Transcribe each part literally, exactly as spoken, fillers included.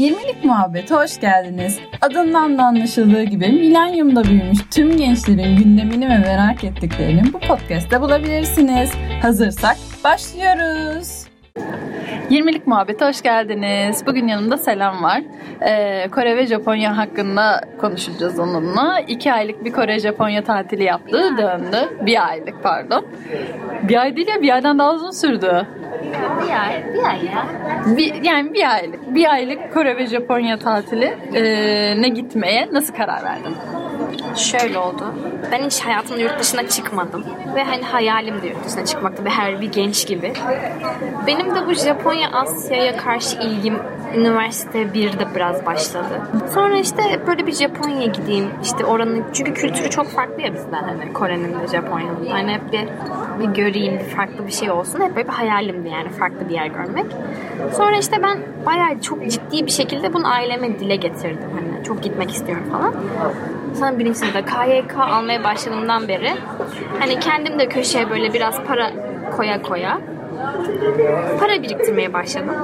yirmilik muhabbete hoş geldiniz. Adından da anlaşıldığı gibi milenyumda büyümüş tüm gençlerin gündemini ve merak ettiklerini bu podcast'te bulabilirsiniz. Hazırsak başlıyoruz. yirmilik muhabbete hoş geldiniz. Bugün yanımda Selam var. Ee, Kore ve Japonya hakkında konuşacağız onunla. İki aylık bir Kore-Japonya tatili yaptı, döndü. Bir aylık pardon. Bir ay değil ya, bir aydan daha uzun sürdü. Bir ay, bir ay ya. Bir, yani bir aylık, bir aylık Kore ve Japonya tatili ee, ne gitmeye nasıl karar verdin? Şöyle oldu. Ben hiç hayatımda yurt dışına çıkmadım. Ve hani hayalim de yurt dışına çıkmaktı. Ve her bir genç gibi. Benim de bu Japonya, Asya'ya karşı ilgim üniversite birde biraz başladı. Sonra işte böyle bir Japonya'ya gideyim. İşte oranın, çünkü kültürü çok farklı ya bizden. Hani Kore'nin de Japonya'nın. Hani hep bir, bir göreyim, bir farklı bir şey olsun. Hep böyle bir hayalimdi yani, farklı bir yer görmek. Sonra işte ben bayağı çok ciddi bir şekilde bunu aileme dile getirdim. Hani çok gitmek istiyorum falan. Sonra birinci sınıfta K Y K almaya başladığımdan beri hani kendim de köşeye böyle biraz para koya koya para biriktirmeye başladım.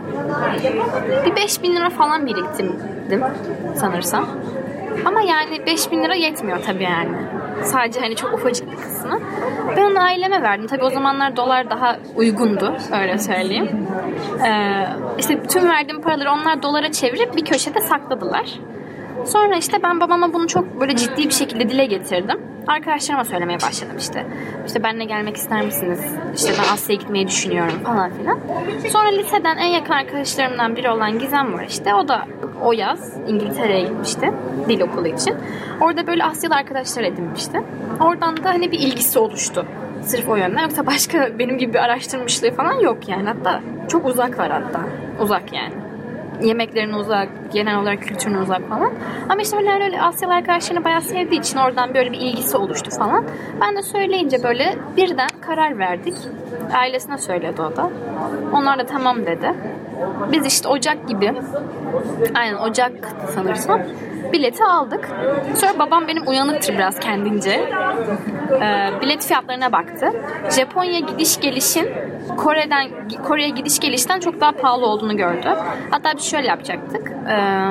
Bir beş bin lira falan biriktirdim sanırsam. Ama yani beş bin lira yetmiyor tabii yani. Sadece hani çok ufacık bir kısmı. Ben onu aileme verdim. Tabii o zamanlar dolar daha uygundu, öyle söyleyeyim. Ee, işte tüm verdiğim paraları onlar dolara çevirip bir köşede sakladılar. Sonra işte ben babama bunu çok böyle ciddi bir şekilde dile getirdim. Arkadaşlarıma söylemeye başladım işte. İşte benimle gelmek ister misiniz? İşte ben Asya'ya gitmeyi düşünüyorum falan filan. Sonra liseden en yakın arkadaşlarımdan biri olan Gizem var işte. O da o yaz İngiltere'ye gitmişti dil okulu için. Orada böyle Asyalı arkadaşlar edinmişti. Oradan da hani bir ilgisi oluştu. Sırf o yönden. Yoksa başka benim gibi bir araştırmışlığı falan yok yani. Hatta çok uzak var hatta. Uzak yani. Yemeklerine uzak, genel olarak kültürüne uzak falan. Ama işte öyle, öyle Asyalı arkadaşlarını bayağı sevdiği için oradan böyle bir ilgisi oluştu falan. Ben de söyleyince böyle birden karar verdik. Ailesine söyledi o da. Onlar da tamam dedi. Biz işte Ocak gibi, aynen Ocak sanırsam, bileti aldık. Sonra babam benim uyanıktır biraz kendince. Ee, bilet fiyatlarına baktı. Japonya gidiş gelişin Kore'den Kore'ye gidiş gelişten çok daha pahalı olduğunu gördü. Hatta biz şöyle yapacaktık. Ee,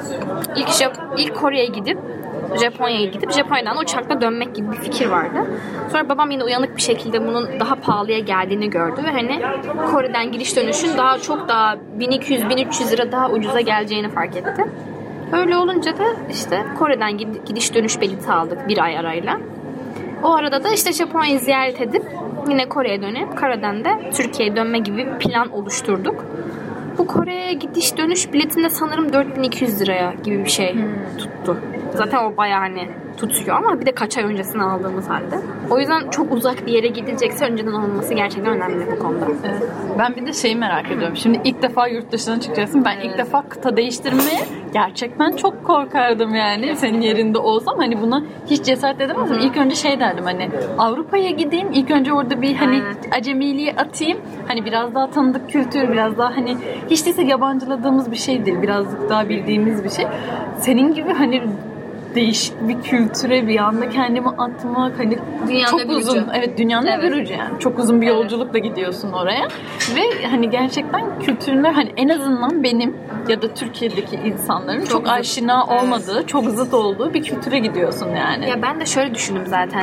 ilk Jap- ilk Kore'ye gidip Japonya'ya gidip Japonya'dan uçakla dönmek gibi bir fikir vardı. Sonra babam yine uyanık bir şekilde bunun daha pahalıya geldiğini gördü ve hani Kore'den gidiş dönüşün daha çok daha bin iki yüz bin üç yüz lira daha ucuza geleceğini fark etti. Öyle olunca da işte Kore'den gidiş dönüş bileti aldık bir ay arayla. O arada da işte Japonya'yı ziyaret edip yine Kore'ye dönüp Kore'den de Türkiye'ye dönme gibi bir plan oluşturduk. Bu Kore'ye gidiş dönüş biletinde sanırım dört bin iki yüz liraya gibi bir şey hmm. tuttu. Zaten o bayağı hani tutuyor ama bir de kaç ay öncesine aldığımız halde. O yüzden çok uzak bir yere gidilecekse önceden olması gerçekten önemli bu konuda. Evet. Ben bir de şeyi merak ediyorum. Şimdi ilk defa yurt dışına çıkacaksın. Ben evet. ilk defa kıta değiştirmeye gerçekten çok korkardım yani. Senin yerinde olsam hani buna hiç cesaret edemezdim. İlk önce şey derdim, hani Avrupa'ya gideyim. İlk önce orada bir hani evet. acemiliği atayım. Hani biraz daha tanıdık kültür, biraz daha hani hiç değilse yabancıladığımız bir şey değil. Birazcık daha bildiğimiz bir şey. Senin gibi hani değişik bir kültüre bir anda kendimi atmak, hani dünyanın çok uzun ucu. Evet, dünyanın evet. öbür ucu yani. Çok uzun bir evet. yolculukla gidiyorsun oraya ve hani gerçekten kültürüne hani en azından benim ya da Türkiye'deki insanların çok, çok aşina olmadığı, evet. çok zıt olduğu bir kültüre gidiyorsun yani. Ya ben de şöyle düşündüm zaten.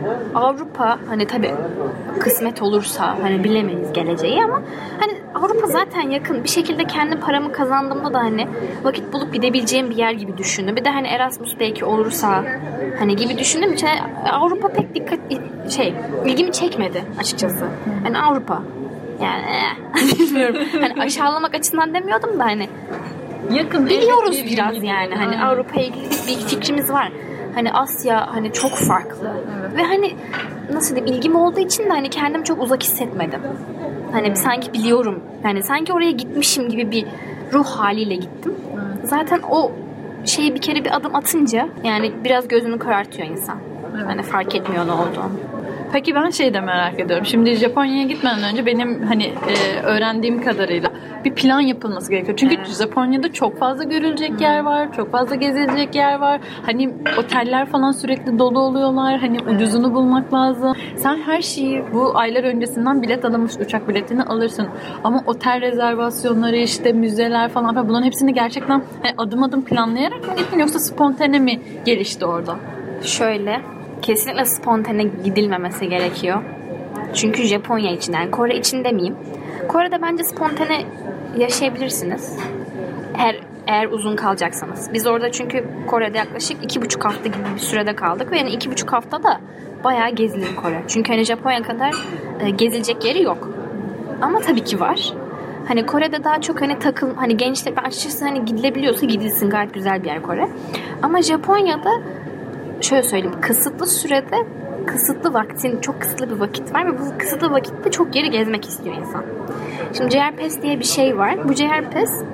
Avrupa hani tabii kısmet olursa hani bilemeyiz geleceği ama hani Avrupa zaten yakın. Bir şekilde kendi paramı kazandığımda da hani vakit bulup gidebileceğim bir yer gibi düşündüm. Bir de hani Erasmus belki olursa hani gibi düşündüğüm için Avrupa pek dikkat şey ilgimi çekmedi açıkçası. Yani Avrupa yani bilmiyorum. Hani aşağılamak açısından demiyordum da hani yakın biliyoruz evet, biraz bir yani hani Aynen. Avrupa'ya ilgili bir fikrimiz var. Hani Asya hani çok farklı. Evet. Ve hani nasıl diyeyim, ilgim olduğu için de hani kendimi çok uzak hissetmedim. Hani hmm. sanki biliyorum. Yani sanki oraya gitmişim gibi bir ruh haliyle gittim. Hmm. Zaten o şeyi bir kere bir adım atınca yani biraz gözünü karartıyor insan. Evet. Hani fark etmiyor ne olduğunu. Peki ben şey de merak ediyorum. Şimdi Japonya'ya gitmeden önce benim hani e, öğrendiğim kadarıyla bir plan yapılması gerekiyor. Çünkü evet. Japonya'da çok fazla görülecek hmm. yer var. Çok fazla gezilecek yer var. Hani oteller falan sürekli dolu oluyorlar. Hani evet. ucuzunu bulmak lazım. Sen her şeyi bu aylar öncesinden bilet alamış, uçak biletini alırsın. Ama otel rezervasyonları, işte müzeler falan falan bunların hepsini gerçekten hani adım adım planlayarak mı gittin yoksa spontane mi gelişti orada? Şöyle, kesinlikle spontane gidilmemesi gerekiyor. Çünkü Japonya için, yani Kore için demeyeyim. Kore'de bence spontane yaşayabilirsiniz. Eğer, eğer uzun kalacaksanız. Biz orada çünkü Kore'de yaklaşık iki buçuk hafta gibi bir sürede kaldık. Ve yani iki buçuk haftada bayağı gezilir Kore. Çünkü hani Japonya kadar e, gezilecek yeri yok. Ama tabii ki var. Hani Kore'de daha çok hani takıl, hani gençler, ben açıkçası hani gidilebiliyorsa gidilsin, gayet güzel bir yer Kore. Ama Japonya'da şöyle söyleyeyim, kısıtlı sürede, kısıtlı vaktin, çok kısıtlı bir vakit var ve bu kısıtlı vakitte çok yeri gezmek istiyor insan. Şimdi J R Pass diye bir şey var. Bu J R Pass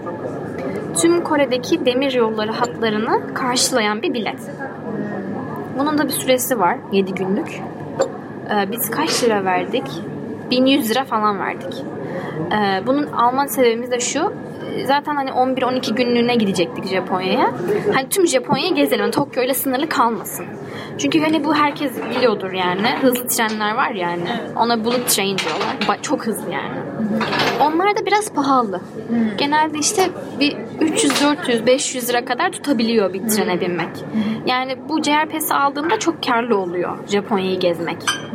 tüm Kore'deki demir yolları hatlarını karşılayan bir bilet. Bunun da bir süresi var, yedi günlük. Ee, biz kaç lira verdik? bin yüz lira falan verdik. Ee, bunun alma sebebimiz de şu. Zaten hani on bir on iki günlüğüne gidecektik Japonya'ya. Hani tüm Japonya'yı gezelim. Yani Tokyo ile sınırlı kalmasın. Çünkü hani bu herkes biliyordur yani. Hızlı trenler var yani. Ona bullet train diyorlar. Çok hızlı yani. Onlar da biraz pahalı. Genelde işte bir üç yüz dört yüz beş yüz lira kadar tutabiliyor bir trene binmek. Yani bu J R Pass'i aldığında çok karlı oluyor Japonya'yı gezmek.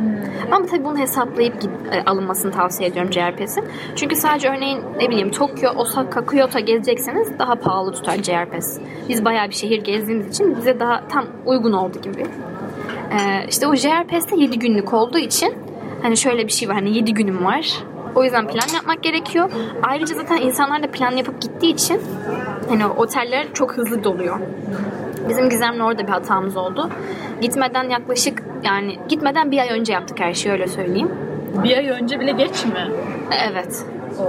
Ama tabii bunu hesaplayıp alınmasını tavsiye ediyorum J R Pass'in. Çünkü sadece örneğin ne bileyim Tokyo, Osaka, Kyoto gezecekseniz daha pahalı tutar J R Pass. Biz bayağı bir şehir gezdiğimiz için bize daha tam uygun oldu gibi. Ee, işte o J R Pass'te yedi günlük olduğu için hani şöyle bir şey var, hani yedi günüm var. O yüzden plan yapmak gerekiyor. Ayrıca zaten insanlar da plan yapıp gittiği için hani oteller çok hızlı doluyor. Bizim Gizem'le orada bir hatamız oldu. Gitmeden yaklaşık yani gitmeden bir ay önce yaptık her şeyi, öyle söyleyeyim. Bir ay önce bile geç mi? Evet.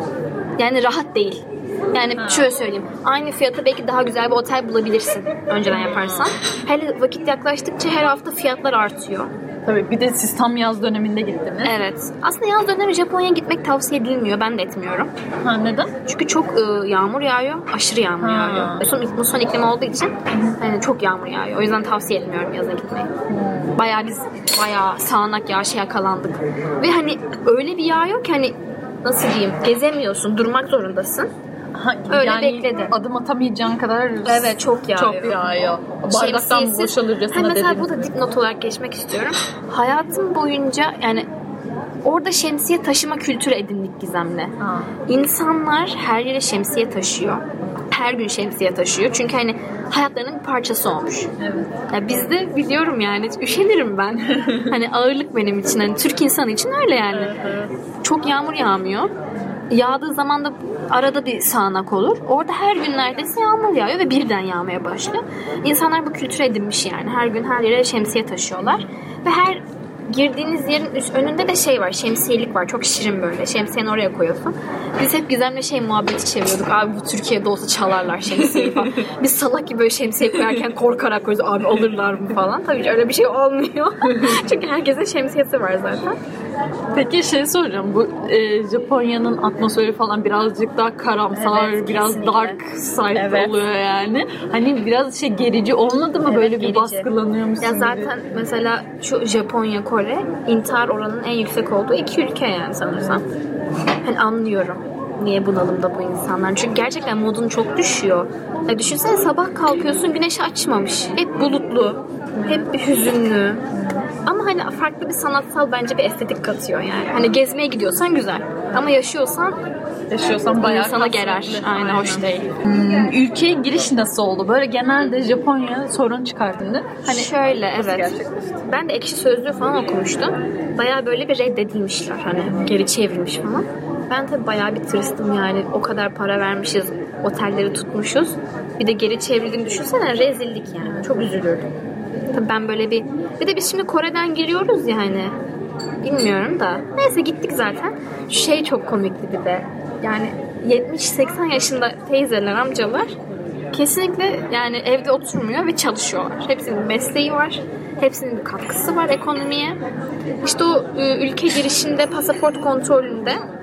Yani rahat değil. Yani ha. şöyle söyleyeyim. Aynı fiyata belki daha güzel bir otel bulabilirsin önceden yaparsan. Hele vakit yaklaştıkça her hafta fiyatlar artıyor. Tabii bir de siz tam yaz döneminde gittiniz. Evet. Aslında yaz dönemi Japonya'ya gitmek tavsiye edilmiyor. Ben de etmiyorum. Ha, neden? Çünkü çok e, yağmur yağıyor. Aşırı yağmur ha. yağıyor. Son, muson iklim olduğu için yani çok yağmur yağıyor. O yüzden tavsiye etmiyorum yaza gitmeyi. Hmm. Bayağı biz bayağı sağanak yağışa yakalandık. Ve hani öyle bir yağıyor ki hani nasıl diyeyim, gezemiyorsun. Durmak zorundasın. Ha, öyle yani bekledi. Adım atamayacağın kadar evet çok yağıyor. Çok yağıyor. Bardaktan boşalırcasına hani mesela dedim. bu da dipnot olarak geçmek istiyorum. Hayatım boyunca yani orada şemsiye taşıma kültürü edindik Gizem'le. Ha. İnsanlar her yere şemsiye taşıyor. Her gün şemsiye taşıyor. Çünkü hani hayatlarının bir parçası olmuş. Evet. Ya bizde biliyorum yani üşenirim ben. Hani ağırlık benim için. Hani Türk insanı için öyle yani. Evet. Çok yağmur yağmıyor. Yağdığı zaman da arada bir sağanak olur. Orada her gün neredeyse yağmur yağıyor ve birden yağmaya başlıyor. İnsanlar bu kültüre edinmiş yani. Her gün her yere şemsiye taşıyorlar. Ve her girdiğiniz yerin üst, önünde de şey var, şemsiyelik var. Çok şirin böyle. Şemsiyeni oraya koyuyorsun. Biz hep Gizem'le şey muhabbeti çeviriyorduk. Abi bu Türkiye'de olsa çalarlar şemsiyeyi falan. Biz salak gibi böyle şemsiye koyarken korkarak koyuyoruz. Abi alırlar mı falan. Tabii ki öyle bir şey olmuyor. Çünkü herkesin şemsiyesi var zaten. Peki şey soracağım. Bu e, Japonya'nın atmosferi falan birazcık daha karamsar, evet, biraz kesinlikle. Dark side evet. oluyor yani. Hani biraz şey gerici olmadı mı, evet, böyle gerici. Bir baskılanıyor musun? Ya zaten gibi? Mesela şu Japonya, Kore intihar oranının en yüksek olduğu iki ülke yani sanırsam. Hani anlıyorum niye bunalımda bu insanlar. Çünkü gerçekten modun çok düşüyor. Ya düşünsene sabah kalkıyorsun güneş açmamış. Hep bulutlu. Hep bir hüzünlü. Ama hani farklı bir sanatsal bence bir estetik katıyor yani. Hani gezmeye gidiyorsan güzel. Ama yaşıyorsan yaşıyorsan bayağı sana gerer. Aynen, Aynen hoş değil. Hmm, ülkeye giriş nasıl oldu? Böyle genelde Japonya sorun çıkarttığında. Hani şöyle evet. Ben de Ekşi Sözlüğü falan okumuştum. Bayağı böyle bir reddedilmişler. Hani geri çevrilmiş falan. Ben tabii bayağı bir tırstım yani. O kadar para vermişiz. Otelleri tutmuşuz. Bir de geri çevrildiğini düşünsene. Rezillik yani. Çok üzülürdüm. Tabii ben böyle bir... Bir de biz şimdi Kore'den geliyoruz yani. Bilmiyorum da. Neyse gittik zaten. Şey çok komikti bir de. Yani yetmiş seksen yaşında teyzeler, amcalar kesinlikle yani evde oturmuyor ve çalışıyorlar. Hepsinin mesleği var. Hepsinin bir katkısı var ekonomiye. İşte o ülke girişinde pasaport kontrolünde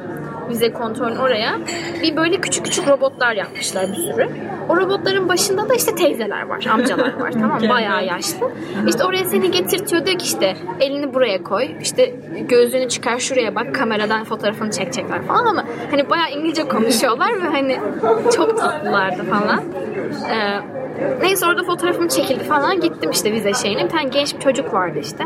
vize kontrolün oraya bir böyle küçük küçük robotlar yapmışlar bir sürü. O robotların başında da işte teyzeler var, amcalar var, tamam mı? Bayağı yaşlı. İşte oraya seni getirtiyor, diyor ki işte elini buraya koy, işte gözlüğünü çıkar şuraya bak, kameradan fotoğrafını çekecekler falan ama hani bayağı İngilizce konuşuyorlar ve hani çok tatlılardı falan. Ee, neyse orada fotoğrafım çekildi falan, gittim işte vize şeyine. Bir tane genç bir çocuk vardı işte.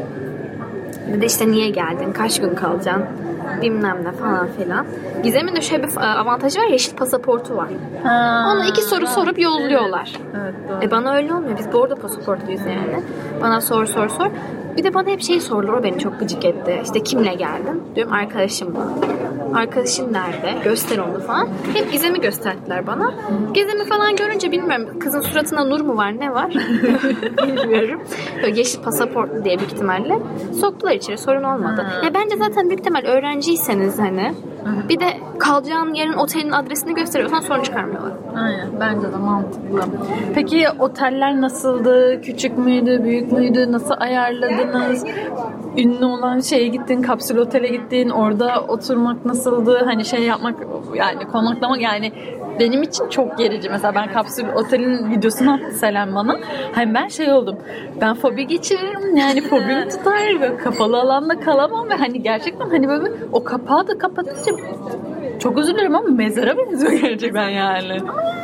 Dedi işte niye geldin, kaç gün kalacaksın, bilmem ne falan filan. Gizem'in de şöyle bir avantajı var, yeşil pasaportu var. Ha, ona iki soru sorup yolluyorlar. Evet, evet, e bana öyle olmuyor, biz bordo pasaportluyuz yani. Bana sor sor sor. Bir de bana hep şey sordular, o beni çok gıcık etti. İşte kimle geldin? Diyorum arkadaşımla. Arkadaşın nerede? Göster onu falan. Hep Gizem'i gösterdiler bana. Gizem'i falan görünce bilmiyorum, kızın suratına nur mu var, ne var? Bilmiyorum. Böyle yeşil pasaportlu diye büyük ihtimalle soktular içeri, sorun olmadı. Hmm. Ya bence zaten büyük ihtimal öğrenciyseniz hani bir de kalacağın yerin, otelin adresini gösteriyorsan sorun çıkarmıyorlar. Aynen, bence de mantıklı. Peki oteller nasıldı? Küçük müydü, büyük müydü? Nasıl ayarladınız? Ünlü olan şeye gittin, kapsül otele gittin. Orada oturmak nasıldı? Hani şey yapmak, yani konaklamak, yani benim için çok gerici. Mesela ben kapsül otelin videosunu attı Selen bana. Hani ben şey oldum. Ben fobi geçiririm. Yani fobim tutar ve kapalı alanda kalamam ve hani gerçekten hani böyle o kapağı da kapatınca çok özür dilerim ama mezara benziyor gerçekten yani.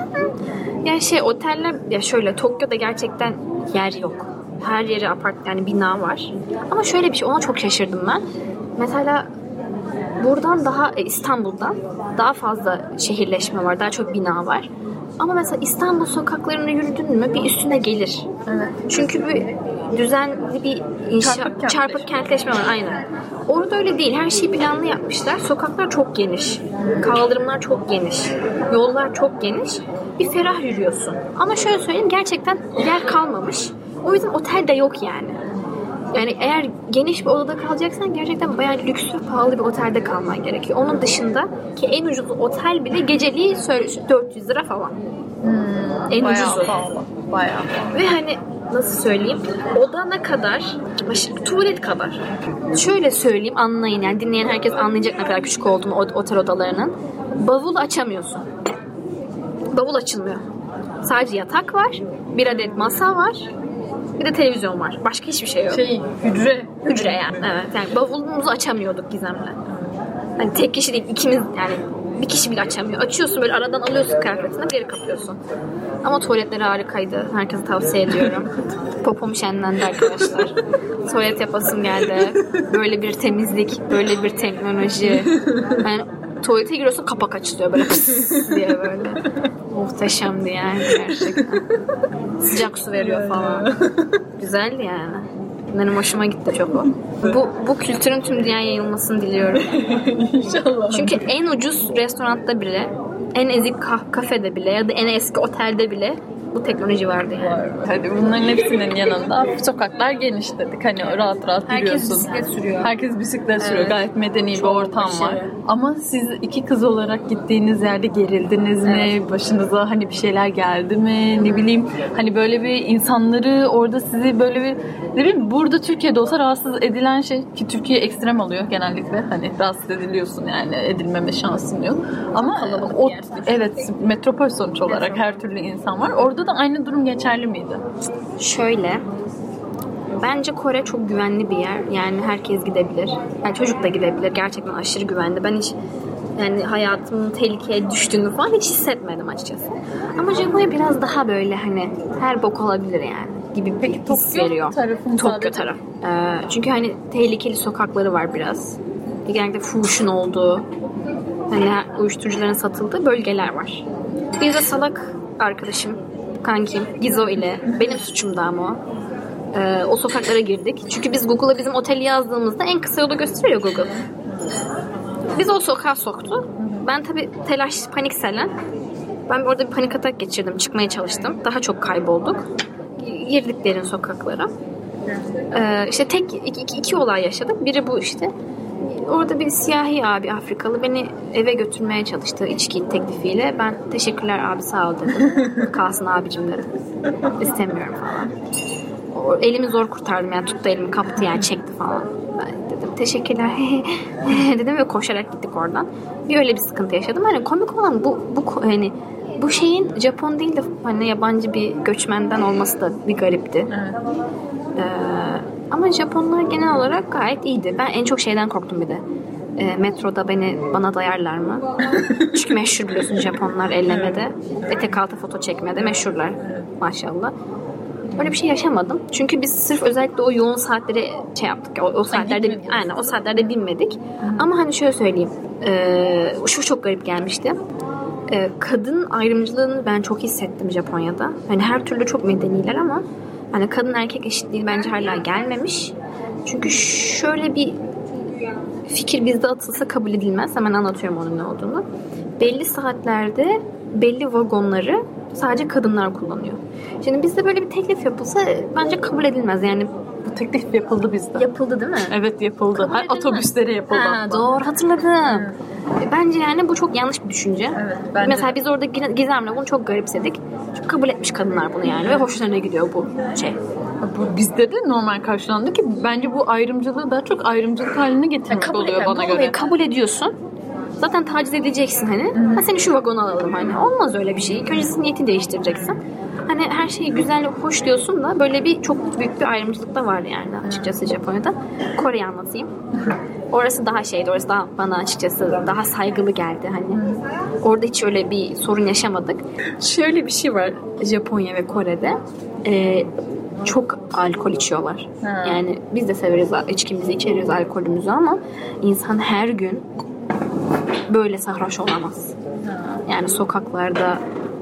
Yani şey oteller, ya şöyle Tokyo'da gerçekten yer yok. Her yeri apart, yani bina var. Ama şöyle bir şey, ona çok şaşırdım ben. Mesela buradan daha İstanbul'dan daha fazla şehirleşme var, daha çok bina var. Ama mesela İstanbul sokaklarında yürüdün mü bir üstüne gelir. Evet. Çünkü bir düzenli bir inşa, çarpık, çarpık kentleşme var, aynen. Orada öyle değil. Her şeyi planlı yapmışlar. Sokaklar çok geniş. Kaldırımlar çok geniş. Yollar çok geniş. Bir ferah yürüyorsun. Ama şöyle söyleyeyim, gerçekten yer kalmamış. O yüzden otel de yok yani. Yani eğer geniş bir odada kalacaksan gerçekten bayağı lüks ve pahalı bir otelde kalman gerekiyor. Onun dışında ki en ucuz otel bile geceliği dört yüz lira falan. Hmm, en bayağı ucuzu. Pahalı. Bayağı pahalı. Ve hani nasıl söyleyeyim, oda ne kadar, tuvalet kadar. Şöyle söyleyeyim, anlayın yani, dinleyen herkes anlayacak ne kadar küçük olduğunu otel odalarının. Bavul açamıyorsun. Bavul açılmıyor. Sadece yatak var, bir adet masa var, bir de televizyon var. Başka hiçbir şey yok. Şey, hücre. Hücre yani. Evet. Yani bavulumuzu açamıyorduk Gizem'le. Hani tek kişi değil, ikimiz yani bir kişi bile açamıyor. Açıyorsun böyle, aradan alıyorsun kıyafetini, geri kapıyorsun. Ama tuvaletleri harikaydı. Herkese tavsiye ediyorum. Popom şenlendi arkadaşlar. Tuvalet yapasım geldi. Böyle bir temizlik, böyle bir teknoloji. Yani tuvalete giriyorsun, kapak açılıyor böyle pıs diye böyle. Muhteşemdi yani gerçekten. Sıcak su veriyor falan. Güzeldi yani. Benim hoşuma gitti çok o. Bu, bu kültürün tüm dünyaya yayılmasını diliyorum. İnşallah. Çünkü en ucuz restoranda bile, en ezik kafede bile ya da en eski otelde bile bu teknoloji vardı yani. Var. Hadi bunların hepsinin yanında sokaklar geniş dedik. Hani rahat rahat herkes yürüyorsun. Herkes bisiklet sürüyor. Herkes bisiklet sürüyor. Evet. Gayet medeni çok bir ortam aşırı var. Ama siz iki kız olarak gittiğiniz yerde gerildiniz mi? Evet. Başınıza hani bir şeyler geldi mi? Ne bileyim, hani böyle bir insanları orada sizi böyle bir, ne bileyim, burada Türkiye'de olsa rahatsız edilen şey, ki Türkiye ekstrem oluyor genellikle. Hani rahatsız ediliyorsun yani, edilmeme şansın yok. Ama o, evet, metropol sonuç olarak metropol. Her türlü insan var. Orada da aynı durum geçerli miydi? Şöyle, bence Kore çok güvenli bir yer. Yani herkes gidebilir. Yani çocuk da gidebilir. Gerçekten aşırı güvenli. Ben hiç yani hayatımın tehlikeye düştüğünü falan hiç hissetmedim açıkçası. Ama Japonya biraz daha böyle hani her bok olabilir yani gibi bir Peki, his veriyor. Tokyo taraf. Ee, çünkü hani tehlikeli sokakları var biraz. Genellikle fuhuşun olduğu, hani uyuşturucuların satıldığı bölgeler var. Bir de salak arkadaşım, kankim Gizo ile, benim suçumdu ama o. Ee, o sokaklara girdik. Çünkü biz Google'a bizim oteli yazdığımızda en kısa yolu gösteriyor Google. Biz o sokağa soktu. Ben tabii telaş, panik selen. Ben orada bir panik atak geçirdim. Çıkmaya çalıştım. Daha çok kaybolduk. Girdik derin sokaklara. Ee, işte tek iki, iki, iki olay yaşadık. Biri bu işte. Orada bir siyahi abi, Afrikalı, beni eve götürmeye çalıştı içki teklifiyle. Ben teşekkürler abi, sağ ol dedim. Kalsın abicim dedim. İstemiyorum falan. O, elimi zor kurtardım yani, tuttu elimi, kaptı yani, çekti falan. Ben dedim teşekkürler dedim ve koşarak gittik oradan. Bir öyle bir sıkıntı yaşadım. Hani komik olan bu bu hani bu şeyin Japon değil de hani yabancı bir göçmenden olması da bir garipti. Evet. Ee, ama Japonlar genel olarak gayet iyiydi. Ben en çok şeyden korktum bir de. E, metroda beni bana dayarlar mı? Çünkü meşhur biliyorsun Japonlar ellemede. Etek altı foto çekmede meşhurlar. Maşallah. Öyle bir şey yaşamadım. Çünkü biz sırf özellikle o yoğun saatleri şey yaptık. O, o saatlerde aynen o saatlerde binmedik. Hı-hı. Ama hani şöyle söyleyeyim. E, şu çok garip gelmişti. E, kadın ayrımcılığını ben çok hissettim Japonya'da. Hani her türlü çok medeniler ama hani kadın erkek eşitliği bence hala gelmemiş. Çünkü şöyle bir fikir bizde atılsa kabul edilmez. Hemen anlatıyorum onun ne olduğunu. Belli saatlerde belli vagonları sadece kadınlar kullanıyor. Şimdi bizde böyle bir teklif yapılsa bence kabul edilmez. Yani bu teklif yapıldı bizde. Yapıldı değil mi? Evet yapıldı. Her otobüslere yapıldı. Ha, doğru hatırladım. Hmm. Bence yani bu çok yanlış bir düşünce. Evet, mesela biz orada Gizem'le bunu çok garipsedik. Çünkü kabul etmiş kadınlar bunu yani ve hoşlarına gidiyor bu şey. Bu bizde de normal karşılandı ki bence bu ayrımcılığı daha çok ayrımcılık haline getirmek kabul oluyor bana göre. Kabul ediyorsun. Zaten taciz edeceksin hani. Hmm. Ha seni şu vagona alalım hani. Olmaz öyle bir şey. İlk önce niyeti değiştireceksin. Hani her şeyi güzel, hoş diyorsun da böyle bir çok büyük bir ayrımcılık da var yani açıkçası Japonya'da. Kore'yi anlatayım. Orası daha şeydi. Orası daha bana açıkçası daha saygılı geldi hani. Orada hiç öyle bir sorun yaşamadık. Şöyle bir şey var Japonya ve Kore'de. Ee, çok alkol içiyorlar. Ha. Yani biz de severiz içkimizi, içeriz alkolümüzü ama insan her gün böyle sarhoş olamaz. Ha. Yani sokaklarda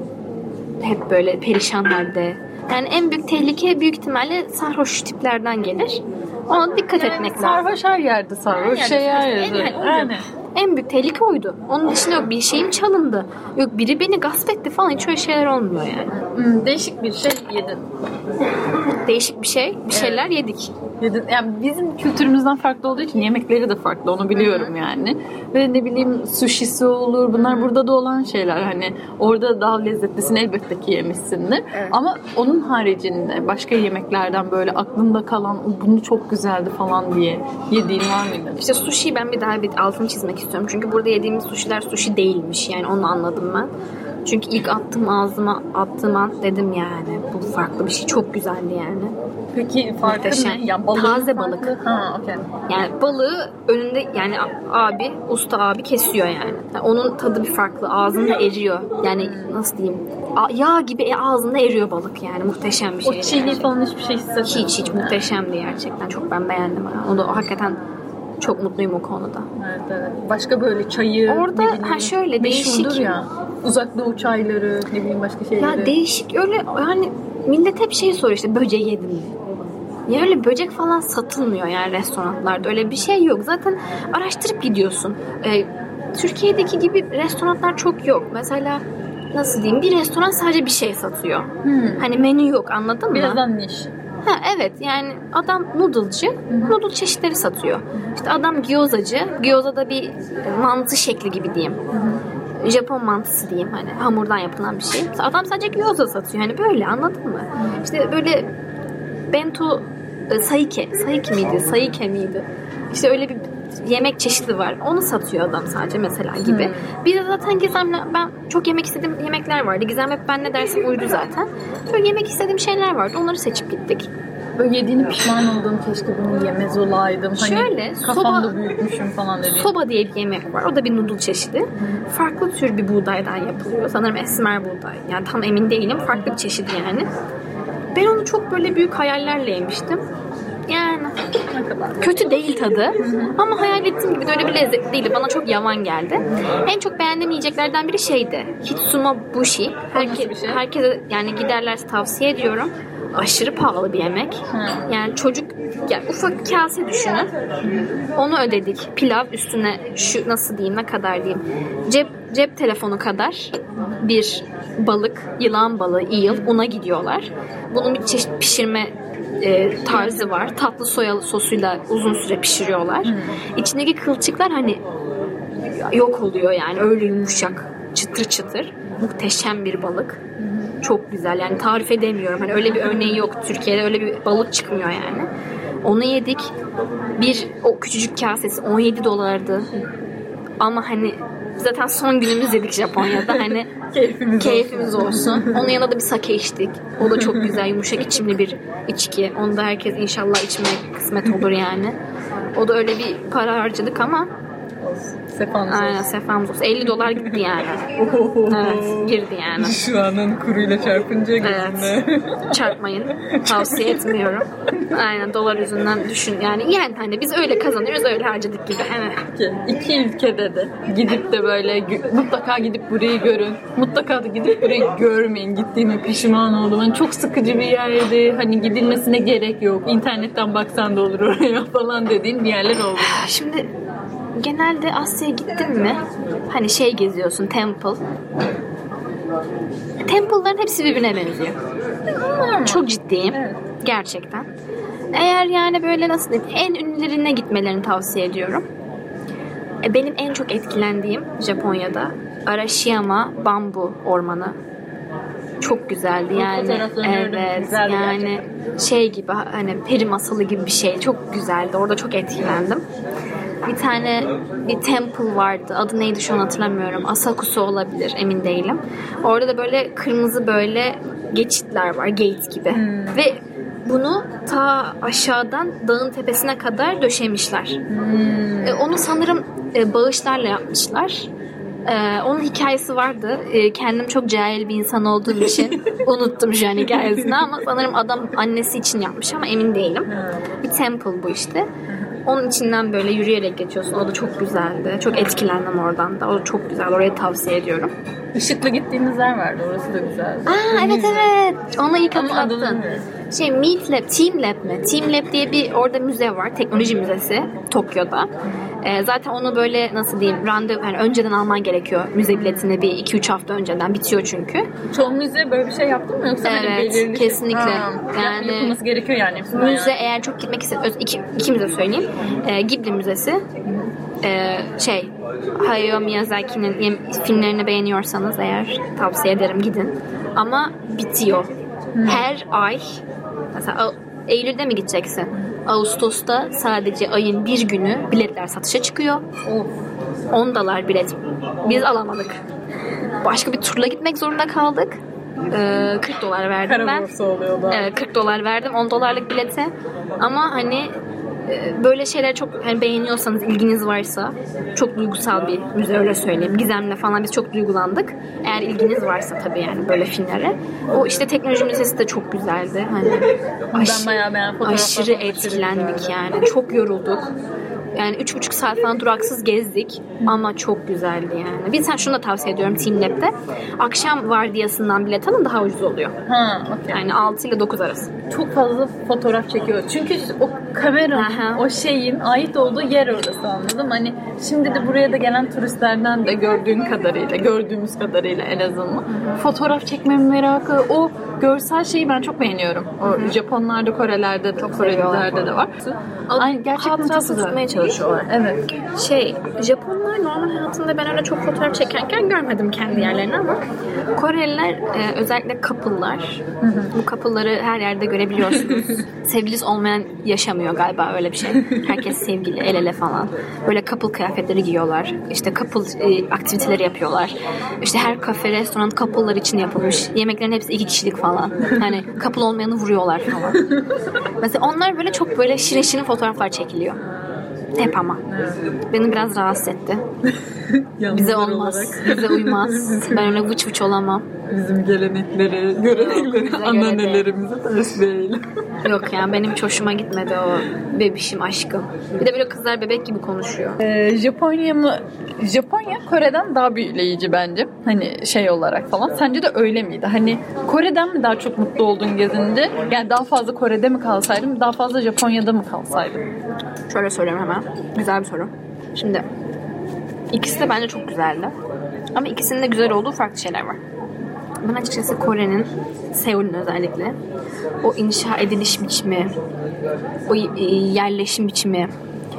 hep böyle perişan halde. Yani en büyük tehlike büyük ihtimalle sarhoş tiplerden gelir. Ona dikkat yani etmek sarhoş lazım. Sarhoş her yerde sarhoş. Her yerde. Şey her yerde. Yani. En büyük tehlike oydu. Onun dışında yok bir şeyim çalındı. Yok biri beni gasp etti falan hiç öyle şeyler olmuyor yani. Hmm, değişik bir şey yedin. Değişik bir şey. Bir şeyler evet. yedik. Yedin. Yani bizim kültürümüzden farklı olduğu için yemekleri de farklı. Onu biliyorum Hı-hı. yani. Ve ne bileyim sushisi olur. Bunlar Hı-hı. burada da olan şeyler. Hani orada daha lezzetlisini elbette ki yemişsindir. Evet. Ama onun haricinde başka yemeklerden böyle aklında kalan bunu çok güzeldi falan diye yediğin var mıydı? İşte sushi ben bir daha bir altını çizmek istiyorum. Çünkü burada yediğimiz sushiler sushi değilmiş. Yani onu anladım ben. Çünkü ilk attığım ağzıma attığım an dedim yani bu farklı bir şey. Çok güzeldi yani. Peki farkı ne? Yani taze farklı. Balık. Ha, okay. Yani balığı önünde yani abi, usta abi kesiyor yani. yani onun tadı bir farklı. Ağzında eriyor. Yani nasıl diyeyim? Yağ gibi ağzında eriyor balık yani. Muhteşem bir şey. O çiğliği falan hiçbir şey hissetmiyorum. Hiç hiç muhteşemdi gerçekten. Çok ben beğendim. Onu da hakikaten çok mutluyum o konuda. Evet evet. Başka böyle çayı orada ha şöyle değişik ya. Uzak Doğu çayları, ne bileyim başka şeyleri. Ya değişik öyle yani millet hep şey soruyor işte böceği yedin mi? Ya öyle böcek falan satılmıyor yani restoranlarda. Öyle bir şey yok. Zaten araştırıp gidiyorsun. Ee, Türkiye'deki gibi restoranlar çok yok. Mesela nasıl diyeyim? Bir restoran sadece bir şey satıyor. Hmm. Hani menü yok anladın Birazdan mı? Birazdan niş. Ha evet yani adam noodle'cı, Hı-hı. noodle çeşitleri satıyor. İşte adam gyozacı, gyoza da bir mantı şekli gibi diyeyim. Hı-hı. Japon mantısı diyeyim hani hamurdan yapılan bir şey. Adam sadece gyoza satıyor hani böyle anladın mı? Hı-hı. İşte böyle bento saike, saike miydi, saike miydi? İşte öyle bir yemek çeşidi var. Onu satıyor adam sadece mesela gibi. Hmm. Bir de zaten Gizem'le ben çok yemek istediğim yemekler vardı. Gizem hep ben ne dersem uydu zaten. Böyle yemek istediğim şeyler vardı. Onları seçip gittik. Böyle yediğini pişman olduğum keşke bunu yemez olaydım. Hani şöyle kafamda soba, büyütmüşüm falan dediğim. Soba diye bir yemek var. O da bir noodle çeşidi. Hmm. Farklı tür bir buğdaydan yapılıyor. Sanırım esmer buğday. Yani tam emin değilim. Farklı bir çeşidi yani. Ben onu çok böyle büyük hayallerle yemiştim. Yani kötü değil tadı. Hı-hı. Ama hayal ettiğim gibi de öyle bir lezzet değildi. Bana çok yavan geldi. En çok beğendiğim yiyeceklerden biri şeydi. Hitsuma bushi. Herke, şey? Herkese yani giderlerse tavsiye ediyorum. Aşırı pahalı bir yemek. Hı. Yani çocuk yani ufak bir kase düşünün. Onu ödedik. Pilav üstüne şu nasıl diyeyim ne kadar diyeyim. Cep, cep telefonu kadar bir balık, yılan balığı, eel una gidiyorlar. Bunun bir çeşit pişirme E, tarzı var. Tatlı soya sosuyla uzun süre pişiriyorlar. Hmm. İçindeki kılçıklar hani yok oluyor yani öyle yumuşak, çıtır çıtır. Muhteşem bir balık. Hmm. Çok güzel yani tarif edemiyorum. Hani öyle bir örneği yok Türkiye'de öyle bir balık çıkmıyor yani. Onu yedik. Bir o küçücük kasesi on yedi dolardı. Ama hani zaten son günümüz dedik Japonya'da. Hani keyfimiz, keyfimiz olsun. olsun. Onun yanında da bir sake içtik. O da çok güzel, yumuşak içimli bir içki. Onu da herkes inşallah içmeye kısmet olur yani. O da öyle bir para harcadık ama Sefamız olsun. Aynen sefamız olsun. elli dolar gitti yani. Evet, girdi yani. Şu anın kuruyla çarpınca gözüne. Evet. Çarpmayın. Tavsiye etmiyorum. Aynen dolar yüzünden düşün. Yani yani hani biz öyle kazanıyoruz, öyle harcadık gibi. Evet. İki ülkede de gidip de böyle mutlaka gidip burayı görün. Mutlaka da gidip burayı görmeyin. Gittiğime pişman oldum. Yani çok sıkıcı bir yerdi. Hani gidilmesine gerek yok. İnternetten baksan da olur oraya falan dediğin bir yerler oldu. Şimdi genelde Asya'ya gittin mi? Hani şey geziyorsun, temple. Temple'ların hepsi birbirine benziyor. Çok ciddiyim. Gerçekten. Eğer yani böyle nasıl diyeyim, en ünlülerine gitmelerini tavsiye ediyorum. Benim en çok etkilendiğim Japonya'da Arashiyama Bambu Ormanı. Çok güzeldi yani. Evet. Güzeldi yani gerçekten. Şey gibi hani peri masalı gibi bir şey. Çok güzeldi. Orada çok etkilendim. Bir tane bir temple vardı. Adı neydi şu an hatırlamıyorum. Asakusa olabilir. Emin değilim. Orada da böyle kırmızı böyle geçitler var. Gate gibi. Hmm. Ve bunu ta aşağıdan dağın tepesine kadar döşemişler. Hmm. E, onu sanırım e, bağışlarla yapmışlar. Ee, onun hikayesi vardı. Ee, kendim çok cahil bir insan olduğum için unuttum şu an hikayesini ama sanırım adam annesi için yapmış ama emin değilim. Bir temple bu işte. Onun içinden böyle yürüyerek geçiyorsun. O da çok güzeldi. Çok etkilendim oradan da. O da çok güzel. Orayı tavsiye ediyorum. Işıklı gittiğimiz yer vardı. Orası da güzeldi. Aa evet evet. Onu iyi hatırlattın. Şey Meet Lab, Team Lab mi? Team Lab diye bir orada müze var. Teknoloji müzesi Tokyo'da. Ee, zaten onu böyle nasıl diyeyim randevu yani önceden alman gerekiyor. Müze biletini bir iki üç hafta önceden bitiyor çünkü. Çoğu müze böyle bir şey yaptı mı yoksa evet, hani belirli kesinlikle. Ha, yani yapılması gerekiyor yani. Müze yani. Eğer çok gitmek istiyorsanız iki, iki müze söyleyeyim. Ee, Ghibli Müzesi ee, şey Hayao Miyazaki'nin filmlerini beğeniyorsanız eğer tavsiye ederim gidin. Ama bitiyor. Hmm. Her ay mesela Eylül'de mi gideceksin? Ağustos'ta sadece ayın bir günü biletler satışa çıkıyor. Of. on dolar bilet. Biz alamadık. Başka bir turla gitmek zorunda kaldık. Ee, kırk dolar verdim Kara ben. borsa oluyor da. Evet, kırk dolar verdim on dolarlık bilete. Ama hani böyle şeyler çok hani beğeniyorsanız, ilginiz varsa çok duygusal bir müze öyle söyleyeyim. Gizem'le falan biz çok duygulandık. Eğer ilginiz varsa tabii yani böyle filmlere. O işte teknoloji müzesi de çok güzeldi. Hani aş- ben bayağı beğendim. aşırı etkilendik yani. Çok yorulduk. Yani üç buçuk saat falan duraksız gezdik. Ama çok güzeldi yani. Bir sen şunu da tavsiye ediyorum Team Lab'de. Akşam vardiyasından bilet alın daha ucuz oluyor. Ha, okay. Yani altı ile dokuz arası. Çok fazla fotoğraf çekiyor. Çünkü o kamera, o şeyin ait olduğu yer orası anladım. Hani şimdi de buraya da gelen turistlerden de gördüğün kadarıyla, gördüğümüz kadarıyla en azından. Hı-hı. Fotoğraf çekmem merakı, o görsel şeyi ben çok beğeniyorum. O Hı-hı. Japonlarda, Korelerde de, Korelilerde de var. Ay, gerçekten çok güzel. Çalışıyorlar. Evet. Şey, Japonlar normal hayatında ben öyle çok fotoğraf çekerken görmedim kendi yerlerini ama Koreliler e, özellikle couple'lar. Hı hı. Bu couple'ları her yerde görebiliyorsunuz. Sevgilisi olmayan yaşamıyor galiba öyle bir şey. Herkes sevgili, el ele falan. Böyle couple kıyafetleri giyiyorlar. İşte couple e, aktiviteleri yapıyorlar. İşte her kafe, restoran couple'lar için yapılmış. Yemeklerin hepsi iki kişilik falan. Hani couple olmayanı vuruyorlar falan. Mesela onlar böyle çok böyle şirin şirin fotoğraflar çekiliyor. Hep ama. Beni biraz rahatsız etti. Bize olmaz. Olarak. Bize uymaz. Ben öyle vıç vıç olamam. Bizim gelenekleri, görenekleri, anneannelerimize ters değil. Yok yani benim hiç hoşuma gitmedi o bebişim aşkım. Bir de böyle kızlar bebek gibi konuşuyor. Ee, Japonya mı? Japonya Kore'den daha büyüleyici bence. Hani şey olarak falan. Sence de öyle miydi? Hani Kore'den mi daha çok mutlu oldun gezince? Yani daha fazla Kore'de mi kalsaydım? Daha fazla Japonya'da mı kalsaydım? Şöyle söyleyeyim hemen. Güzel bir soru. Şimdi ikisi de bence çok güzeldi. Ama ikisinin de güzel olduğu farklı şeyler var. Ben açıkçası Kore'nin, Seul'ün özellikle o inşa ediliş biçimi, o yerleşim biçimi,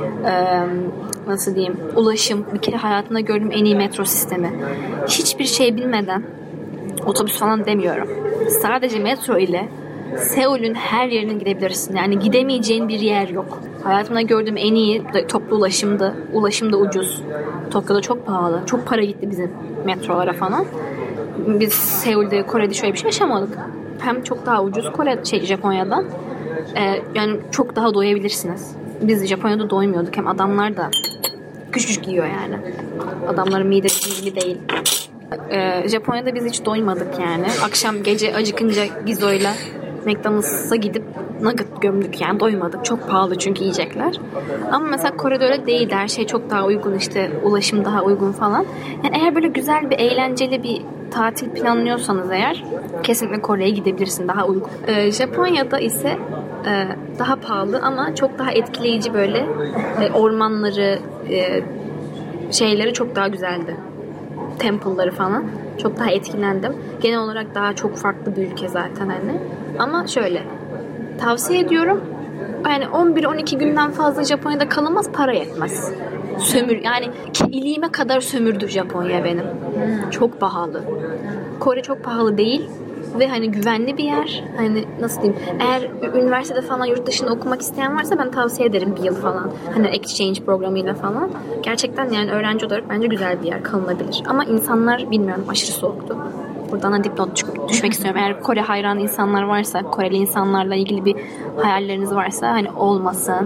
nasıl diyeyim, ulaşım, bir kere hayatımda gördüğüm en iyi metro sistemi. Hiçbir şey bilmeden, otobüs falan demiyorum. Sadece metro ile Seul'ün her yerine gidebilirsin. Yani gidemeyeceğin bir yer yok. Hayatımda gördüğüm en iyi toplu ulaşımdı. Ulaşım da ucuz. Tokyo'da çok pahalı. Çok para gitti bizim metrolara falan. Biz Seul'de, Kore'de şöyle bir şey yaşamadık. Hem çok daha ucuz Kore, şey, Japonya'dan. Ee, yani çok daha doyabilirsiniz. Biz Japonya'da doymuyorduk. Hem adamlar da küçücük yiyor yani. Adamların midesi gibi değil. Ee, Japonya'da biz hiç doymadık yani. Akşam gece acıkınca Gizo'yla McDonald's'a gidip nugget gömdük yani, doymadık. Çok pahalı çünkü yiyecekler. Ama mesela Kore'de öyle değil. Her şey çok daha uygun, işte ulaşım daha uygun falan. Yani eğer böyle güzel bir, eğlenceli bir tatil planlıyorsanız eğer kesinlikle Kore'ye gidebilirsin, daha uygun. Ee, Japonya'da ise e, daha pahalı ama çok daha etkileyici, böyle e, ormanları, e, şeyleri çok daha güzeldi. Temple'ları falan. Çok daha etkilendim. Genel olarak daha çok farklı bir ülke zaten hani. Ama şöyle, tavsiye ediyorum. Yani on bir on iki günden fazla Japonya'da kalınmaz, para yetmez. Sömür, yani iliğime kadar sömürdü Japonya benim. Çok pahalı. Kore çok pahalı değil. Ve hani güvenli bir yer. Hani nasıl diyeyim? Eğer üniversitede falan yurt dışında okumak isteyen varsa ben tavsiye ederim bir yıl falan. Hani exchange programıyla falan. Gerçekten yani öğrenci olarak bence güzel bir yer, kalınabilir. Ama insanlar bilmiyorum, aşırı soğuktu. Buradan da dipnot düşmek istiyorum. Eğer Kore hayranı insanlar varsa, Koreli insanlarla ilgili bir hayalleriniz varsa hani olmasın.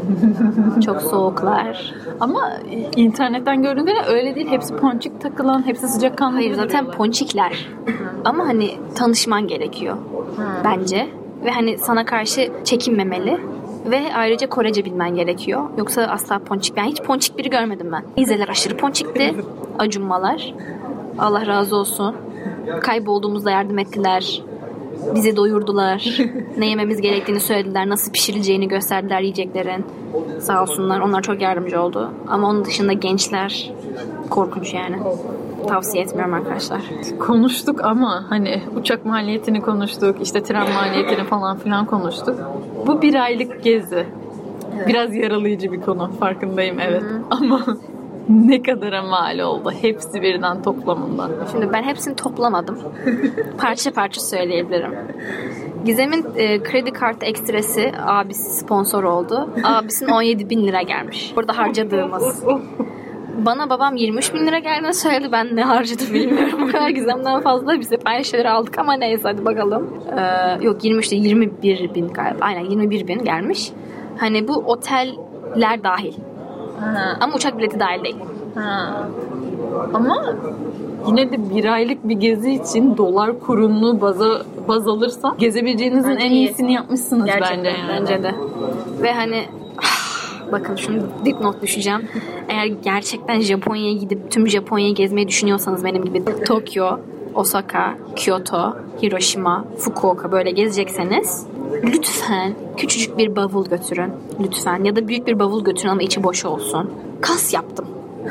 Çok soğuklar. Ama internetten gördüğünde öyle değil. Hepsi ponçik takılan, hepsi sıcakkanlı. Hayır, zaten ponçikler. Ama hani tanışman gerekiyor bence. Ve hani sana karşı çekinmemeli. Ve ayrıca Korece bilmen gerekiyor. Yoksa asla ponçik. Ben hiç ponçik biri görmedim ben. İzeler aşırı ponçikti. Acunmalar. Allah razı olsun. Kaybolduğumuzda yardım ettiler. Bizi doyurdular. Ne yememiz gerektiğini söylediler. Nasıl pişirileceğini gösterdiler yiyeceklerin. Sağ olsunlar. Onlar çok yardımcı oldu. Ama onun dışında gençler korkunç yani. Tavsiye etmiyorum arkadaşlar. Konuştuk ama hani uçak maliyetini konuştuk, işte tren maliyetini falan filan konuştuk. Bu bir aylık gezi. Evet. Biraz yaralayıcı bir konu, farkındayım, evet. Hı-hı. Ama ne kadara mal oldu hepsi birden toplamında. Şimdi ben hepsini toplamadım. Parça parça söyleyebilirim. Gizem'in e, kredi kartı ekstresi, abisi sponsor oldu. Abisinin on yedi bin lira gelmiş. Burada harcadığımız. Bana babam yirmi üç bin lira geldiğini söyledi. Ben ne harcadı bilmiyorum. Bu kadar Gizem'den fazla biz hep aynı şeyleri aldık ama neyse, hadi bakalım. Ee, yok yirmi üç değil, yirmi bir bin galiba. Aynen yirmi bir bin gelmiş. Hani bu oteller dahil. Ha. Ama uçak bileti dahil değil. Ha. Ama yine de bir aylık bir gezi için dolar kurunu baza, baz alırsan gezebileceğinizin bence en iyisini iyi. Yapmışsınız. Gerçekten, bence. Yani. Bence de. Ve hani bakın şunu dipnot düşeceğim. Eğer gerçekten Japonya'ya gidip tüm Japonya'yı gezmeyi düşünüyorsanız benim gibi Tokyo, Osaka, Kyoto, Hiroşima, Fukuoka böyle gezecekseniz lütfen küçücük bir bavul götürün. Lütfen. Ya da büyük bir bavul götürün ama içi boş olsun. Kas yaptım.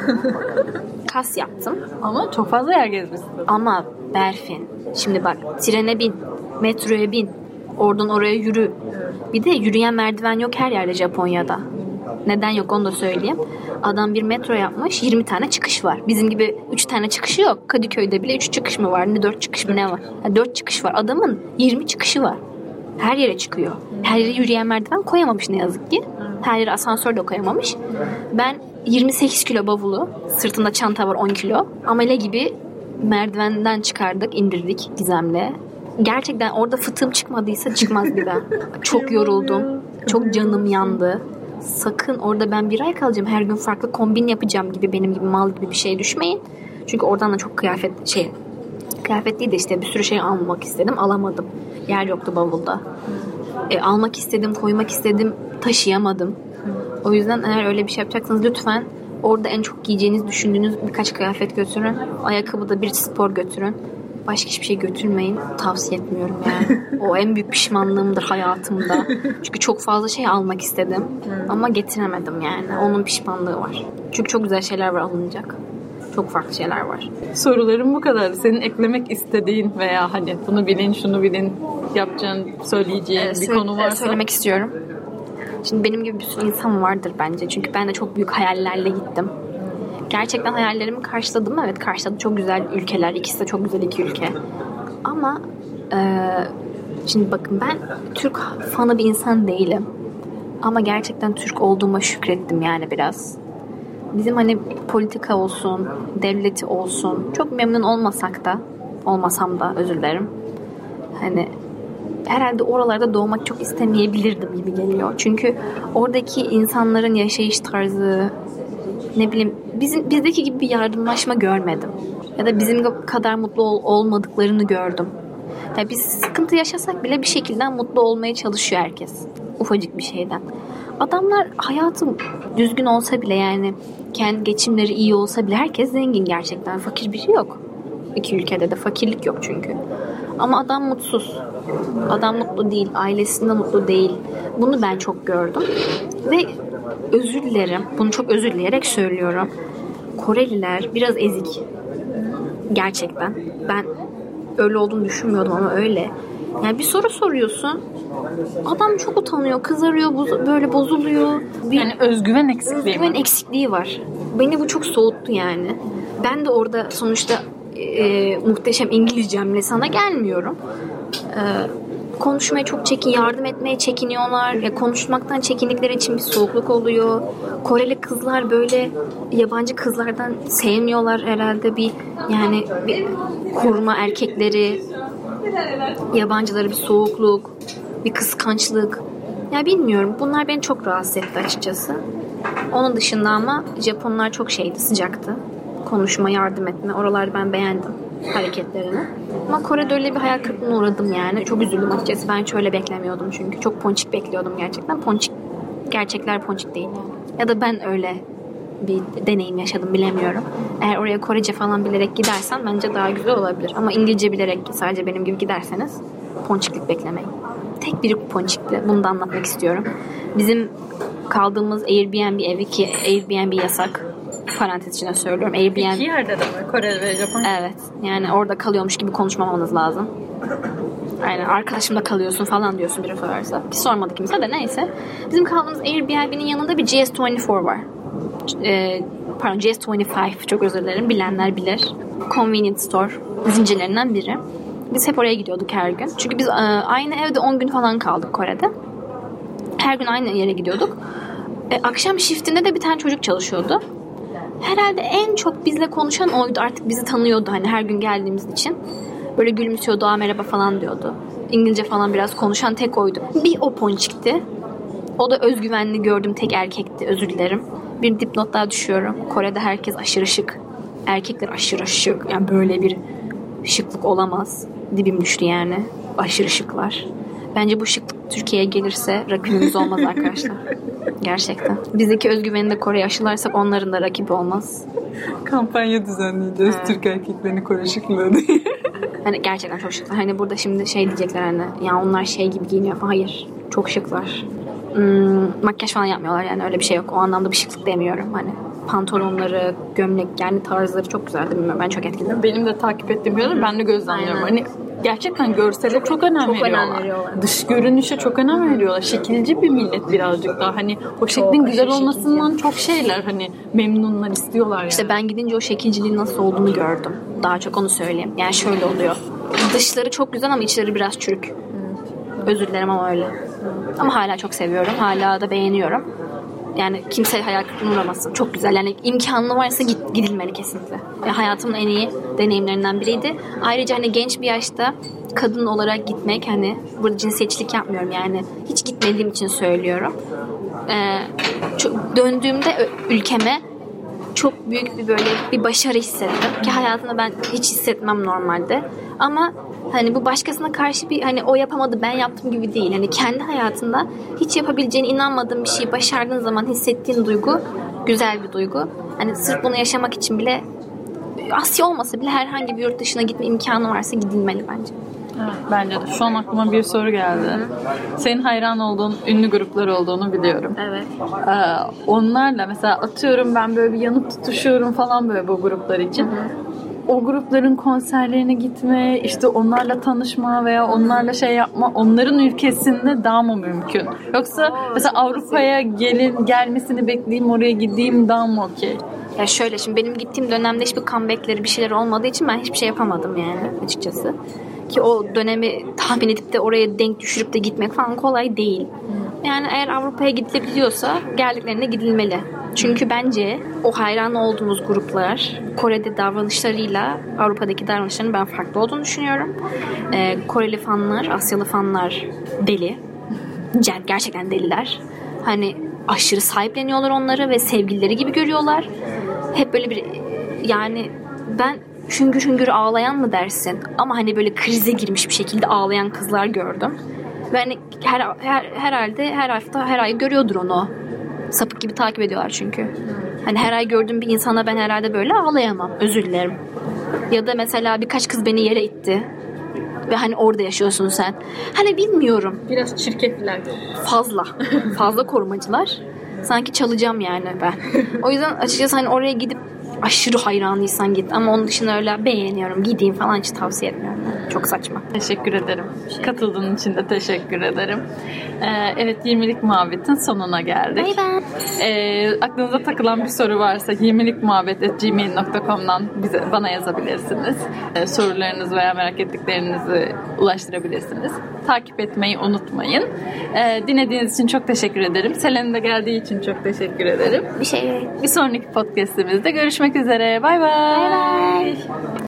Kas yaptım. Ama çok fazla yer gezmişsin. Ama Berfin, şimdi bak, trene bin, metroya bin, oradan oraya yürü. Bir de yürüyen merdiven yok her yerde Japonya'da. Neden yok onu da söyleyeyim. Adam bir metro yapmış, yirmi tane çıkış var. Bizim gibi üç tane çıkışı yok. Kadıköy'de bile üç çıkış mı var? Ne dört çıkış mı ne var? Yani dört çıkış var. Adamın yirmi çıkışı var. Her yere çıkıyor. Her yere yürüyen merdiven koyamamış ne yazık ki. Her yere asansör de koyamamış. Ben yirmi sekiz kilo bavulu, sırtında çanta var on kilo. Amele gibi merdivenden çıkardık, indirdik Gizem'le. Gerçekten orada fıtığım çıkmadıysa çıkmaz bir daha. Çok yoruldum. Çok canım yandı. Sakın orada ben bir ay kalacağım, her gün farklı kombin yapacağım gibi, benim gibi mal gibi bir şey düşmeyin. Çünkü oradan da çok kıyafet şey kıyafet değil de işte bir sürü şey almak istedim, alamadım. Yer yoktu bavulda. E, almak istedim, koymak istedim, taşıyamadım. O yüzden eğer öyle bir şey yapacaksanız lütfen orada en çok giyeceğiniz düşündüğünüz birkaç kıyafet götürün. Ayakkabı da bir spor götürün. Başka hiçbir şey götürmeyin. Tavsiye etmiyorum yani. O en büyük pişmanlığımdır hayatımda. Çünkü çok fazla şey almak istedim. Ama getiremedim yani. Onun pişmanlığı var. Çünkü çok güzel şeyler var alınacak. Çok farklı şeyler var. Sorularım bu kadar. Senin eklemek istediğin veya hani bunu bilin, şunu bilin, yapacağın, söyleyeceğin ee, bir sö- konu varsa. Söylemek istiyorum. Şimdi benim gibi bir sürü insan vardır bence. Çünkü ben de çok büyük hayallerle gittim. Gerçekten hayallerimi karşıladım. Evet, karşıladı. Çok güzel ülkeler. İkisi de çok güzel iki ülke. Ama e, Şimdi bakın ben Türk fanı bir insan değilim. Ama gerçekten Türk olduğuma şükrettim yani biraz. Bizim hani politika olsun, devleti olsun çok memnun olmasak da, olmasam da özür dilerim. Hani herhalde oralarda doğmak çok istemeyebilirdim gibi geliyor. Çünkü oradaki insanların yaşayış tarzı, ne bileyim bizim bizdeki gibi bir yardımlaşma görmedim. Ya da bizim kadar mutlu ol, olmadıklarını gördüm. Ya biz sıkıntı yaşasak bile bir şekilde mutlu olmaya çalışıyor herkes. Ufacık bir şeyden. Adamlar hayatı düzgün olsa bile yani kendi geçimleri iyi olsa bile herkes zengin gerçekten. Fakir biri yok. İki ülkede de fakirlik yok çünkü. Ama adam mutsuz. Adam mutlu değil. Ailesinde mutlu değil. Bunu ben çok gördüm. Ve özür dilerim. Bunu çok özür dileyerek söylüyorum. Koreliler biraz ezik. Gerçekten. Ben öyle olduğunu düşünmüyordum ama öyle. Yani bir soru soruyorsun. Adam çok utanıyor, kızarıyor, boz- böyle bozuluyor. Bir Yani özgüven eksikliği özgüven mi? eksikliği var. Beni bu çok soğuttu yani. Ben de orada sonuçta e, muhteşem İngilizcemle sana gelmiyorum. E, konuşmaya çok çekin, yardım etmeye çekiniyorlar. Ya konuşmaktan çekindikleri için bir soğukluk oluyor. Koreli kızlar böyle yabancı kızlardan sevmiyorlar herhalde bir yani bir koruma erkekleri, yabancılara bir soğukluk, bir kıskançlık. Ya bilmiyorum. Bunlar beni çok rahatsız etti açıkçası. Onun dışında ama Japonlar çok şeydi, sıcaktı. Konuşma, yardım etme. Oraları ben beğendim hareketlerini. Ama Kore'de öyle bir hayal kırıklığına uğradım yani. Çok üzüldüm açıkçası. Ben hiç öyle beklemiyordum çünkü. Çok ponçik bekliyordum gerçekten. Ponçik, gerçekler ponçik değil. Ya da ben öyle bir deneyim yaşadım bilemiyorum. Eğer oraya Korece falan bilerek gidersen bence daha güzel olabilir. Ama İngilizce bilerek sadece benim gibi giderseniz ponçiklik beklemeyin. Tek bir ponçikti. Bunu da anlatmak istiyorum. Bizim kaldığımız Airbnb evi ki Airbnb yasak. Parantez içine söylüyorum. Airbnb... İki yerde de mi? Kore ve Japonya. Evet. Yani orada kalıyormuş gibi konuşmamanız lazım. Aynen. Arkadaşımla kalıyorsun falan diyorsun biri sorarsa. Ki sormadı kimse de neyse. Bizim kaldığımız Airbnb'nin yanında bir G S yirmi dört var. Ee, pardon G S yirmi beş çok özür dilerim. Bilenler bilir. Convenience store zincirlerinden biri. Biz hep oraya gidiyorduk her gün. Çünkü biz e, aynı evde on gün falan kaldık Kore'de. Her gün aynı yere gidiyorduk. E, akşam shiftinde de bir tane çocuk çalışıyordu. Herhalde en çok bizle konuşan oydu. Artık bizi tanıyordu hani her gün geldiğimiz için. Böyle gülümsüyordu, aa merhaba falan diyordu. İngilizce falan biraz konuşan tek oydu. Bir o ponçikti. O da özgüvenli gördüğüm tek erkekti. Özür dilerim. Bir dipnot daha düşüyorum. Kore'de herkes aşırı şık. Erkekler aşırı şık. Yani böyle bir şıklık olamaz. Dibim düştü yani. Aşırı şıklar. Bence bu şıklık Türkiye'ye gelirse rakibimiz olmaz arkadaşlar. Gerçekten. Bizdeki özgüveni de Kore'ye aşılarsak onların da rakibi olmaz. Kampanya düzenleyeceğiz evet. Türk erkeklerini Kore şıklığı diye. Hani gerçekten çok şıklar. Hani burada şimdi şey diyecekler hani ya onlar şey gibi giyiniyor falan. Hayır. Çok şıklar. Hmm, makyaj falan yapmıyorlar yani öyle bir şey yok. O anlamda bir şıklık demiyorum. Hani pantolonları, gömlek yani tarzları çok güzeldi bilmiyorum. Ben çok etkiledim. Benim de takip ettiğim yolları ben de gözlemliyorum. Hani gerçekten görsele çok, çok önem çok veriyorlar. Önem veriyorlar. Dış görünüşe çok önem veriyorlar. Şekilci bir millet birazcık daha. Hani o şeklin çok güzel olmasından şekilci. Çok şeyler hani memnunlar istiyorlar yani. İşte ben gidince o şekilciliğin nasıl olduğunu gördüm. Daha çok onu söyleyeyim. Yani şöyle oluyor. Dışları çok güzel ama içleri biraz çürük. Hmm. Özür dilerim ama öyle. Hmm. Ama hala çok seviyorum. Hala da beğeniyorum. Yani kimse hayal kırıklığına uğramasın. Çok güzel. Yani imkanı varsa git, gidilmeli kesinlikle. Yani hayatımın en iyi deneyimlerinden biriydi. Ayrıca hani genç bir yaşta kadın olarak gitmek hani burada cinsiyetçilik yapmıyorum yani. Hiç gitmediğim için söylüyorum. Ee, çok, döndüğümde ülkeme çok büyük bir böyle bir başarı hissettim. Ki hayatımda ben hiç hissetmem normalde. Ama hani bu başkasına karşı bir hani o yapamadı ben yaptım gibi değil. Hani kendi hayatında hiç yapabileceğine inanmadığın bir şeyi başardığın zaman hissettiğin duygu güzel bir duygu. Hani sırf bunu yaşamak için bile Asya olmasa bile herhangi bir yurt dışına gitme imkanı varsa gidilmeli bence. Evet, bence de. Şu an aklıma bir soru geldi. Hı-hı. Senin hayran olduğun ünlü gruplar olduğunu biliyorum. Evet. Ee, onlarla mesela atıyorum ben böyle bir yanıp tutuşuyorum falan böyle bu gruplar için. Hı-hı. O grupların konserlerine gitme, işte onlarla tanışma veya onlarla şey yapma onların ülkesinde daha mı mümkün? Yoksa mesela Avrupa'ya gelin gelmesini bekleyeyim oraya gideyim daha mı okey? Ya şöyle şimdi benim gittiğim dönemde hiçbir comeback'leri bir şeyler olmadığı için ben hiçbir şey yapamadım yani açıkçası. Ki o dönemi tahmin edip de oraya denk düşürüp de gitmek falan kolay değil. Yani eğer Avrupa'ya gidiliyorsa geldiklerine gidilmeli. Çünkü bence o hayran olduğumuz gruplar Kore'de davranışlarıyla Avrupa'daki davranışlarının ben farklı olduğunu düşünüyorum. Ee, Koreli fanlar, Asyalı fanlar deli. Gerçekten deliler. Hani aşırı sahipleniyorlar onları ve sevgilileri gibi görüyorlar. Hep böyle bir yani ben hüngür hüngür ağlayan mı dersin? Ama hani böyle krize girmiş bir şekilde ağlayan kızlar gördüm. Ve hani her, her, herhalde her hafta her ay görüyordur onu. Sapık gibi takip ediyorlar çünkü. Hani her ay gördüğüm bir insana ben herhalde böyle ağlayamam. Özür dilerim. Ya da mesela birkaç kız beni yere itti. Ve hani orada yaşıyorsun sen. Hani bilmiyorum. Biraz çirkefler. Fazla. Fazla korumacılar. Sanki çalacağım yani ben. O yüzden açıkçası hani oraya gidip aşırı hayranlıysan git. Ama onun dışında öyle beğeniyorum, gideyim falan hiç tavsiye etmiyorum. Çok saçma. Teşekkür ederim. Şey. Katıldığın için de teşekkür ederim. Ee, evet yirmilik muhabbetin sonuna geldik. Bye bye. Ee, aklınıza takılan bir soru varsa yirmilik muhabbet at gmail nokta com'dan bize, bana yazabilirsiniz. Ee, sorularınızı veya merak ettiklerinizi ulaştırabilirsiniz. Takip etmeyi unutmayın. Ee, dinlediğiniz için çok teşekkür ederim. Selen'in de geldiği için çok teşekkür ederim. Bir şey. Bir sonraki podcastimizde görüşmek üzere. Bye bye. Bye bye.